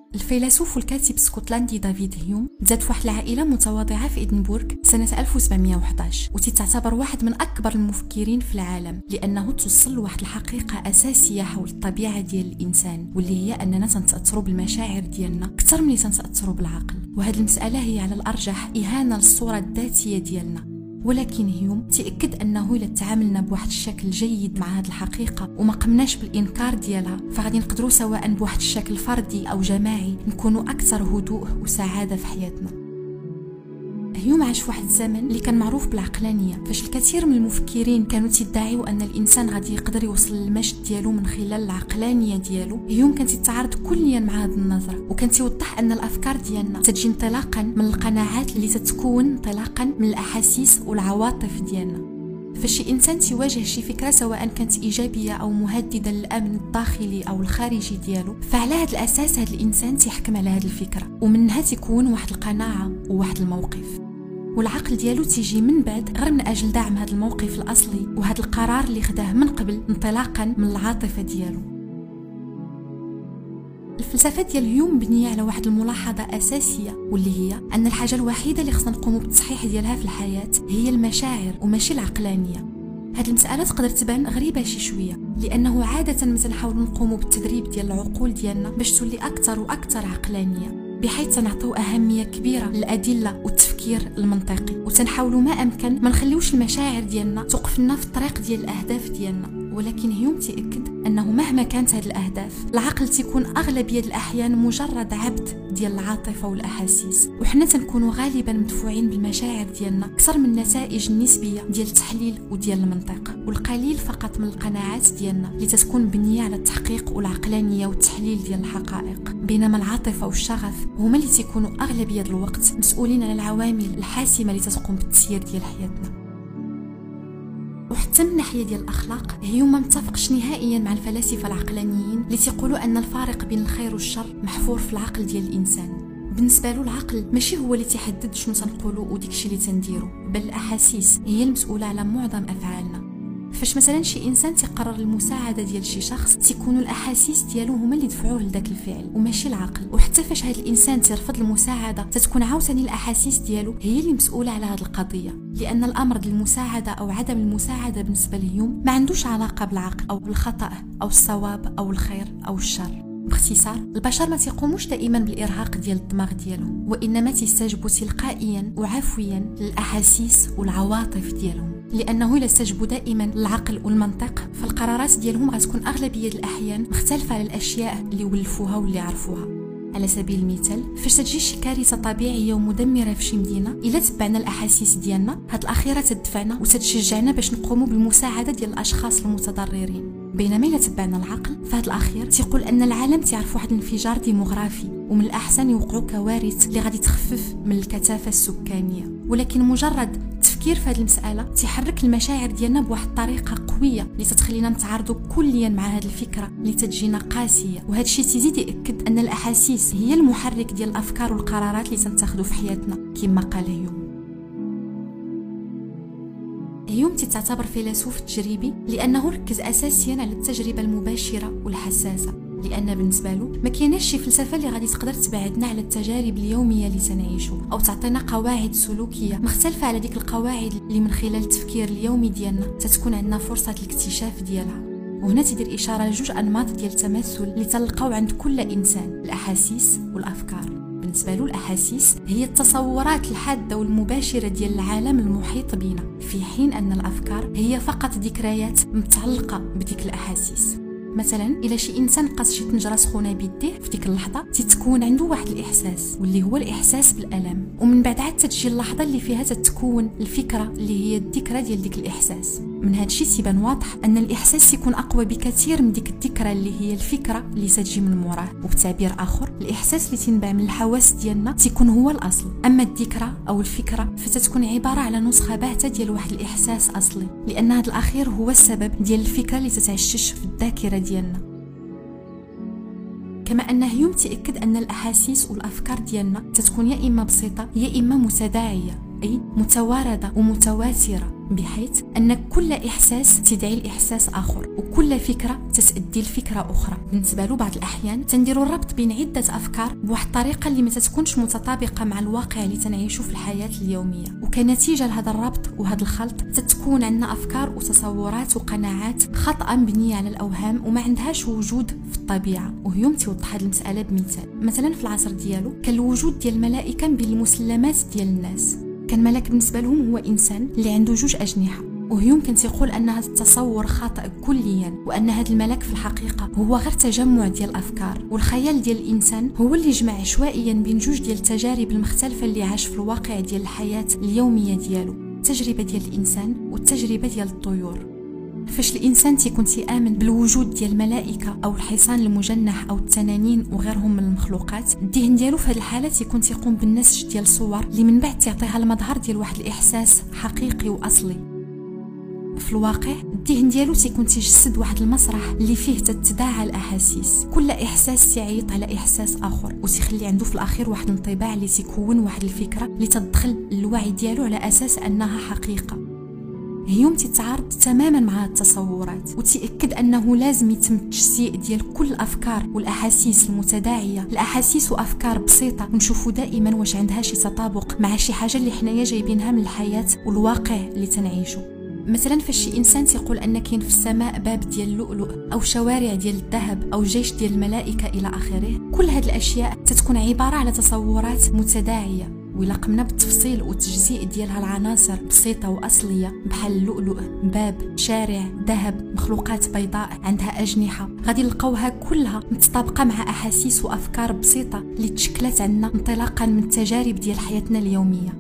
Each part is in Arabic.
الفيلسوف والكاتب الاسكتلندي دافيد هيوم تزاد في واحد العائله متواضعه في إدنبورغ سنه 1711 وتعتبر واحد من اكبر المفكرين في العالم لانه توصل لواحد الحقيقه اساسيه حول الطبيعه ديال الانسان واللي هي اننا تنتاثروا بالمشاعر ديالنا اكثر من تنتاثروا بالعقل. وهذه المساله هي على الارجح اهانه للصوره الذاتيه ديالنا. ولكن هيوم تأكد أنه إلا تعاملنا بواحد الشكل جيد مع هذه الحقيقة وما قمناش بالإنكار ديالها فغادي نقدروا سواء بواحد الشكل فردي أو جماعي نكونوا أكثر هدوء وسعادة في حياتنا. هيوم عاش في واحد الزمن اللي كان معروف بالعقلانيه، فاش الكثير من المفكرين كانوا تيدعيوا ان الانسان غادي يقدر يوصل للمجد ديالو من خلال العقلانيه ديالو. هيوم كان تيتعارض كليا مع هذه النظره، وكان تيوضح ان الافكار ديالنا تجي انطلاقا من القناعات اللي تتكون انطلاقا من الاحاسيس والعواطف ديالنا. فشي انسان تيواجه شي فكره سواء كانت ايجابيه او مهدده للامن الداخلي او الخارجي ديالو، فعلى هذا الاساس هذا الانسان تيحكم على هذه الفكره ومنها تيكون واحد القناعه وواحد الموقف، والعقل ديالو تيجي من بعد غير من اجل دعم هذا الموقف الاصلي وهذا القرار اللي خداه من قبل انطلاقا من العاطفه ديالو. الفلسفه ديال هيوم مبنيه على واحد الملاحظه اساسيه واللي هي ان الحاجه الوحيده اللي خصنا نقوموا بالتصحيح ديالها في الحياه هي المشاعر وماشي العقلانيه. هاد المساله تقدر تبان غريبه شي شويه لانه عاده متى نحاولوا نقوموا بالتدريب ديال العقول ديالنا باش تولي اكثر واكثر عقلانيه، بحيث تنعطيو أهمية كبيرة للأدلة والتفكير المنطقي وتنحاولوا ما أمكن ما نخليوش المشاعر ديالنا توقف لنا في الطريق ديال الأهداف ديالنا. ولكن هيوم تأكد أنه مهما كانت هذه الأهداف العقل تيكون أغلبية الأحيان مجرد عبد ديال العاطفة والأحاسيس، وحنا تنكونوا غالبا مدفوعين بالمشاعر ديالنا أكثر من النتائج النسبية ديال التحليل وديال المنطق، والقليل فقط من القناعات ديالنا اللي تتكون بنية على التحقيق والعقلانية والتحليل ديال الحقائق، بينما العاطفة والشغف هما اللي تيكونوا أغلبية الوقت مسؤولين على العوامل الحاسمة اللي تتقوم بالتسيير ديال حياتنا. وحتى من ناحيه ديال الاخلاق هيوم ما متفقش نهائيا مع الفلاسفه العقلانيين اللي تيقولوا ان الفارق بين الخير والشر محفور في العقل ديال الانسان. بالنسبه له العقل ماشي هو اللي تيحدد شنو تنقولوا وديكشي اللي تنديرو، بل الاحاسيس هي المسؤوله على معظم افعالنا. فاش مثلا شي انسان تيقرر المساعده ديال شي شخص تيكونوا الاحاسيس ديالو هما اللي دفعوه لذاك الفعل وماشي العقل، وحتى فاش هذا الانسان تيرفض المساعده تتكون عاوتاني الاحاسيس ديالو هي اللي مسؤوله على هذه القضيه، لان الامر ديال المساعده او عدم المساعده بالنسبه لهيوم ما عندوش علاقه بالعقل او بالخطا او الصواب او الخير او الشر. باختصار البشر ما تيقوموش دائما بالارهاق ديال الدماغ ديالهم، وانما تيستجبوا تلقائيا وعفويا للاحاسيس والعواطف ديالهم، لانه الا استجبوا دائما للعقل والمنطق فالقرارات ديالهم غتكون اغلبيه الاحيان مختلفه على الاشياء اللي ولفوها واللي عرفوها. على سبيل المثال فاش تجي شي كارثه طبيعيه ومدمره في شي مدينه، الا تبعنا الاحاسيس ديالنا هاد الاخيره تدفعنا وتتشجعنا باش نقوموا بالمساعده ديال الاشخاص المتضررين، بينما الا تبعنا العقل فهاد الاخير تيقول ان العالم تيعرف واحد الانفجار ديموغرافي ومن الاحسن يوقعوا كوارث اللي غادي تخفف من الكثافه السكانيه. ولكن مجرد التفكير في هذه المساله تيحرك المشاعر ديالنا بواحد الطريقه قويه اللي تتخلينا نتعارضوا كليا مع هذه الفكره اللي تجينا قاسيه، وهذا الشيء تزيد ياكد ان الاحاسيس هي المحرك ديال الافكار والقرارات اللي تنتخذوا في حياتنا كما قال هيوم. هيوم تعتبر فيلسوف تجريبي لانه ركز اساسيا على التجربه المباشره والحساسه، لان بالنسبه له ما كايناش شي فلسفه اللي غادي تقدر تبعدنا على التجارب اليوميه اللي تنعيشوا او تعطينا قواعد سلوكيه مختلفه على ديك القواعد اللي من خلال التفكير اليومي ديالنا تتكون عندنا فرصه الاكتشاف ديالها. وهنا تدير اشاره لجوج انماط ديال التمثل اللي تلقاو عند كل انسان، الاحاسيس والافكار. بالنسبه له الاحاسيس هي التصورات الحاده والمباشره ديال العالم المحيط بنا، في حين ان الافكار هي فقط ذكريات متعلقه بديك الاحاسيس. مثلا الا شي انسان قاس شي طنجره سخونه بيديه في ديك اللحظه تتكون عنده واحد الاحساس واللي هو الاحساس بالالم، ومن بعد عاد تجي اللحظه اللي فيها تتكون الفكره اللي هي الذكرى ديال ديك الاحساس. من هذا الشيء تيبان واضح ان الاحساس يكون اقوى بكثير من ديك الذكرى اللي هي الفكره اللي تجي من موراه. وبتعبير اخر الاحساس اللي تنبع من الحواس ديالنا تيكون هو الاصل، اما الذكرى او الفكره فتتكون عباره على نسخه باهته ديال واحد الاحساس اصلي، لان هذا الاخير هو السبب ديال الفكره اللي تتعشش في الذاكره ديالنا. كما ان هيوم تأكد ان الاحاسيس والافكار ديالنا تتكون يا اما بسيطه يا اما متداعيه، أي متواردة ومتواترة، بحيث أن كل إحساس تدعي الإحساس آخر، وكل فكرة تتأدي لفكرة أخرى. بالنسبة له بعض الأحيان تنديروا الربط بين عدة أفكار بواحد الطريقة اللي ما تكونش متطابقة مع الواقع اللي تنعيشه في الحياة اليومية، وكنتيجة لهذا الربط وهذا الخلط تتكون عندنا أفكار وتصورات وقناعات خاطئة مبنية على الأوهام وما عندهاش وجود في الطبيعة. وهيوم توضح هذه المسألة بمثال. مثلا في العصر ديالو كان الوجود ديال الملائكة بين المسلمات ديال الناس. كان ملك بالنسبة لهم هو إنسان اللي عنده 2 أجنحة، وهيوم كان تيقول أن هذا التصور خاطئ كليا، وأن هذا الملك في الحقيقة هو غير تجمع ديال الأفكار، والخيال ديال الإنسان هو اللي جمع عشوائيا بين 2 ديال التجارب المختلفة اللي عاش في الواقع ديال الحياة اليومية ديالو، التجربة ديال الإنسان والتجربة ديال الطيور. فاش الانسان تيكون تيامن بالوجود ديال الملائكه او الحصان المجنح او التنانين وغيرهم من المخلوقات، الذهن ديالو في هذه الحاله تيكون تيقوم بالنسج ديال الصور اللي من بعد تعطيها المظهر ديال واحد الاحساس حقيقي واصلي. في الواقع الذهن ديالو تيكون تيجسد واحد المسرح اللي فيه تتداعى الاحاسيس، كل احساس تيعيط على احساس اخر وتيخلي عنده في الاخير واحد الانطباع اللي تيكون واحد الفكره اللي تدخل الوعي ديالو على اساس انها حقيقه. هيوم تتعارض تماما مع التصورات وتأكد أنه لازم يتم التجزيء ديال كل الأفكار والأحاسيس المتداعية لأحاسيس وأفكار بسيطة، ونشوفوا دائما واش عندها شي تطابق مع شي حاجة اللي حنايا جايبينها من الحياة والواقع اللي تنعيشه. مثلا فاش شي انسان تيقول ان كاين في السماء باب ديال اللؤلؤ او شوارع ديال الذهب او جيش ديال الملائكه الى اخره، كل هذه الاشياء تتكون عباره على تصورات متداعيه، وإلا قمنا بالتفصيل والتجزيء ديالها العناصر بسيطة وأصلية بحال اللؤلؤ، باب، شارع، ذهب، مخلوقات بيضاء عندها أجنحة، غادي نلقاوها كلها متطابقة مع أحاسيس وأفكار بسيطة اللي تشكلت عنا انطلاقا من التجارب ديال حياتنا اليومية.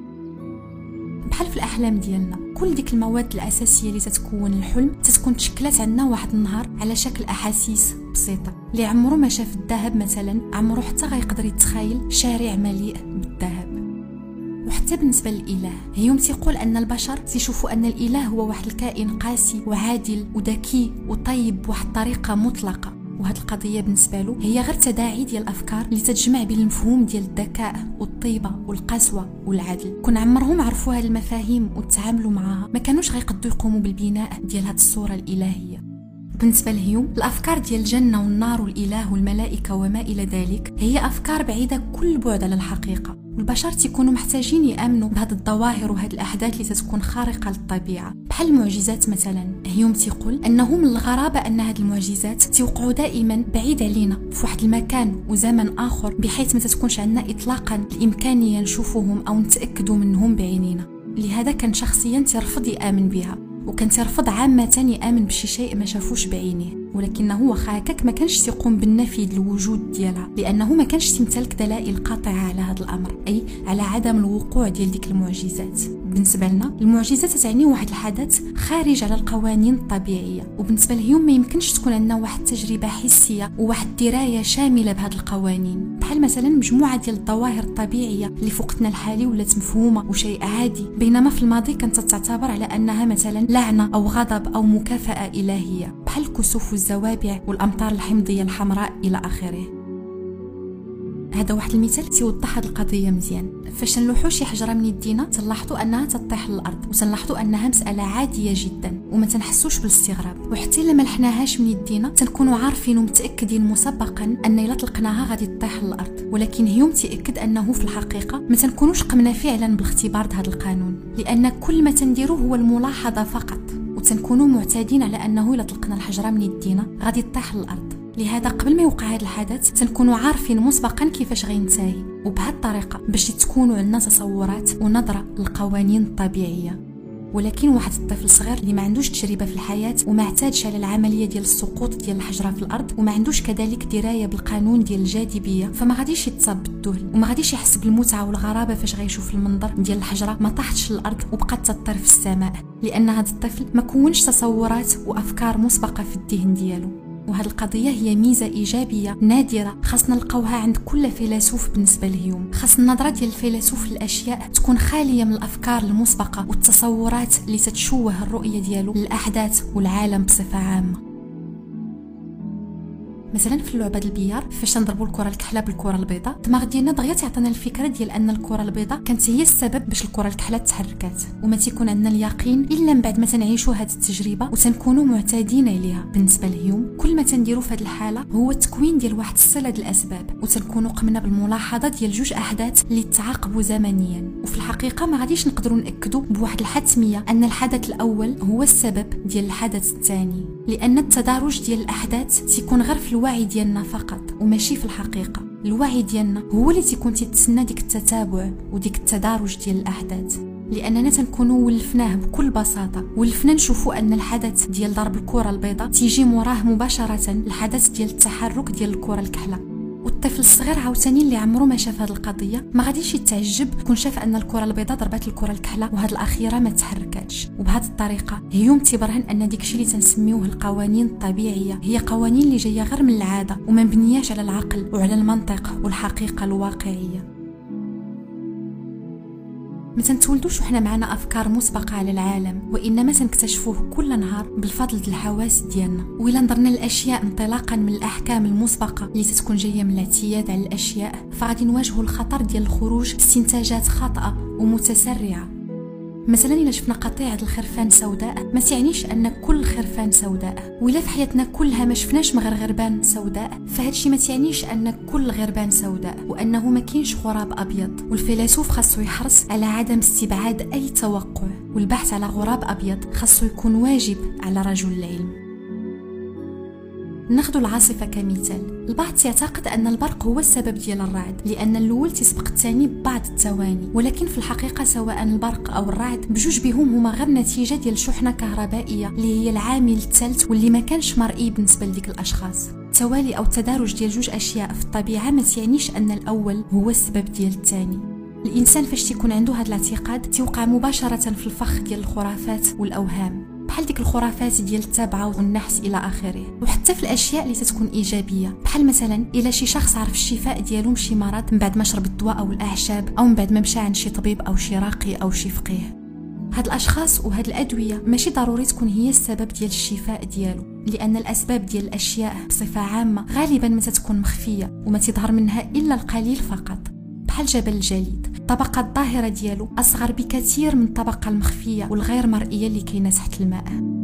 بحال في الأحلام ديالنا كل ديك المواد الأساسية اللي تتكون الحلم تتكون تشكلت عنا واحد النهار على شكل أحاسيس بسيطة. اللي عمره ما شاف الذهب مثلا عمره حتى غيقدر يتخيل شارع مليء بالذهب. وحتى بالنسبة للإله هيوم تيقول أن البشر تيشوفوا أن الإله هو واحد الكائن قاسي وعادل وذكي وطيب بواحد الطريقة مطلقة، وهذه القضية بالنسبة له هي غير تداعي ديال الأفكار اللي تتجمع بين المفهوم ديال الذكاء والطيبة والقسوة والعدل. كون عمرهم عرفوا هذه المفاهيم وتعاملوا معها ما كانوش غيقدروا يقوموا بالبناء ديال هذه الصورة الإلهية. بالنسبة لهيوم الأفكار ديال الجنة والنار والإله والملائكة وما إلى ذلك هي أفكار بعيدة كل بعد على الحقيقة، والبشر تيكونوا محتاجين يأمنوا بهذه الظواهر وهذه الأحداث اللي تكون خارقة للطبيعة بحال المعجزات مثلا. هيوم تيقول أنه من الغرابة أن هذه المعجزات توقعوا دائما بعيد علينا في واحد المكان وزمن آخر، بحيث ما تكونش عندنا إطلاقا الإمكانية نشوفوهم أو نتأكدوا منهم بعينينا. لهذا كان شخصيا ترفض يآمن بها، وكان ترفض عامة يآمن بشي شيء ما شافوش بعينيه، ولكنه واخا هكاك ما كانش تيقوم بالنفي الوجود ديالها، لانه ما كانش تمتلك دلائل قاطعه على هذا الامر، اي على عدم الوقوع ديال ديك المعجزات. بالنسبه لنا المعجزات تعني واحد الحدث خارج على القوانين الطبيعيه، وبالنسبه لهم ما يمكنش تكون عندنا واحد التجربه حسيه وواحد الدرايه شامله بهذه القوانين، بحال مثلا مجموعه ديال الظواهر الطبيعيه اللي في وقتنا الحالي ولات مفهومه وشيء عادي، بينما في الماضي كانت تعتبر على انها مثلا لعنه او غضب او مكافاه الهيه، بحال الكسوف والزوابع والامطار الحمضيه الحمراء الى اخره. هذا واحد المثال تيوضح هذه القضيه مزيان. فاش نلوحوا شي حجره من يدينا تنلاحظوا انها تطيح للارض، وتنلاحظوا انها مساله عاديه جدا وما تنحسوش بالاستغراب، وحتى الا ما لحناهاش من يدينا تنكونوا عارفين ومتاكدين مسبقا ان الا طلقناها غادي تطيح للارض. ولكن هيوم تاكد انه في الحقيقه ما تنكونوش قمنا فعلا بالاختبار هذا القانون، لان كل ما تنديروه هو الملاحظه فقط، وتنكونوا معتادين على انه الا طلقنا الحجره من يدينا غادي تطيح للارض. لهذا قبل ما يوقع هذا الحدث تنكونوا عارفين مسبقا كيفاش غينتهي، وبهذه الطريقه باش تكونوا عندنا تصورات ونظره للقوانين الطبيعيه. ولكن واحد الطفل صغير اللي ما عندوش تجربه في الحياه وما اعتادش على العمليه ديال السقوط ديال الحجره في الارض، وما عندوش كذلك درايه بالقانون ديال الجاذبيه، فما غاديش يتصاب بالذهل وما غاديش يحس بالمتعه والغرابه فاش غيشوف المنظر ديال الحجره ما طاحتش للارض وبقات تطير في السماء، لان هذا الطفل ما كونش تصورات وافكار مسبقه في الذهن ديالو. وهذه القضية هي ميزة إيجابية نادرة خاصنا نلقاوها عند كل فيلسوف. بالنسبة لهيوم خاص النظرة ديال الفيلسوف للأشياء تكون خالية من الأفكار المسبقة والتصورات اللي تتشوه الرؤية ديالو للأحداث والعالم بصفة عامة. مثلا في اللعبه البيار فاش نضربوا الكره الكحله بالكره البيضاء، الدماغ ديالنا دغيا تعطينا الفكره ديال ان الكره البيضاء كانت هي السبب باش الكره الكحله تحركات، وما تيكون عندنا اليقين الا من بعد ما تنعيشوا هذه التجربه وتنكونوا معتادين عليها. بالنسبه لهيوم كل ما تنديروا في هذه الحاله هو التكوين ديال واحد السلسله ديال الاسباب، وتنكونوا قمنا بالملاحظه ديال جوج احداث اللي تعاقبوا زمنيا، وفي الحقيقه ما غاديش نقدروا ناكدوا بواحد الحتميه ان الحدث الاول هو السبب ديال الحدث الثاني، لان التدارج ديال الاحداث تيكون غير في الوعي ديالنا فقط وماشي في الحقيقه. الوعي ديالنا هو اللي تيكون تتسنى ديك التتابع وديك التدارج ديال الاحداث، لاننا تنكونوا ولفناه بكل بساطه، ولفنا نشوفوا ان الحدث ديال ضرب الكره البيضاء تيجي موراه مباشره الحدث ديال التحرك ديال الكره الكحله. والطفل الصغير عاوتاني اللي عمره ما شاف هذه القضيه ما غاديش يتعجب كون شاف ان الكره البيضاء ضربت الكره الكحله وهاد الاخيره ما تحركاتش. وبهذه الطريقه هيوم تيبرهن ان ديك الشيء اللي تنسميوه القوانين الطبيعيه هي قوانين اللي جايه غير من العاده وما مبنياش على العقل وعلى المنطق والحقيقه الواقعيه. ما تنتولدوش وحنا معنا افكار مسبقه على العالم، وانما تنكتشفوه كل نهار بالفضل ديال الحواس ديالنا. وإلا نظرنا للاشياء انطلاقا من الاحكام المسبقه اللي تتكون جايه من الاعتياد على الاشياء، فغادي نواجهوا الخطر ديال الخروج باستنتاجات خاطئه ومتسرعه. مثلا الا شفنا قطيعه الخرفان سوداء ما تعنيش ان كل خرفان سوداء، وإلا في حياتنا كلها ما شفناش مغير غربان سوداء فهادشي ما تعنيش ان كل غربان سوداء، وانه ما كاينش غراب ابيض. والفيلسوف خاصو يحرص على عدم استبعاد اي توقع، والبحث على غراب ابيض خاصو يكون واجب على رجل العلم. ناخذ العاصفه كمثال. البعض يعتقد ان البرق هو السبب ديال الرعد لان الاول تسبق الثاني ببعض الثواني، ولكن في الحقيقه سواء البرق او الرعد بجوج بهم هما غير نتيجه ديال شحنه كهربائيه اللي هي العامل الثالث واللي ما كانش مرئي بالنسبه لديك الاشخاص. التوالي او التدارج ديال جوج اشياء في الطبيعه ما تعنيش ان الاول هو السبب ديال الثاني. الانسان فاش تيكون عنده هذا الاعتقاد توقع مباشره في الفخ ديال الخرافات والاوهام، بحال ديك الخرافات ديال التبعه والنحس الى اخره. وحتى في الاشياء اللي تتكون ايجابيه، بحال مثلا الا شي شخص عرف الشفاء ديالو من شي مرض من بعد ما شرب الدواء او الاعشاب، او من بعد ما مشى عند شي طبيب او شي راقي او شي فقيه. هاد الاشخاص وهاد الادويه ماشي ضروري تكون هي السبب ديال الشفاء ديالو، لان الاسباب ديال الاشياء بصفه عامه غالبا ما تتكون مخفيه وما تظهر منها الا القليل فقط. بحال جبل الجليد، الطبقه الظاهره ديالو اصغر بكثير من الطبقه المخفيه والغير مرئيه اللي كاينه تحت الماء.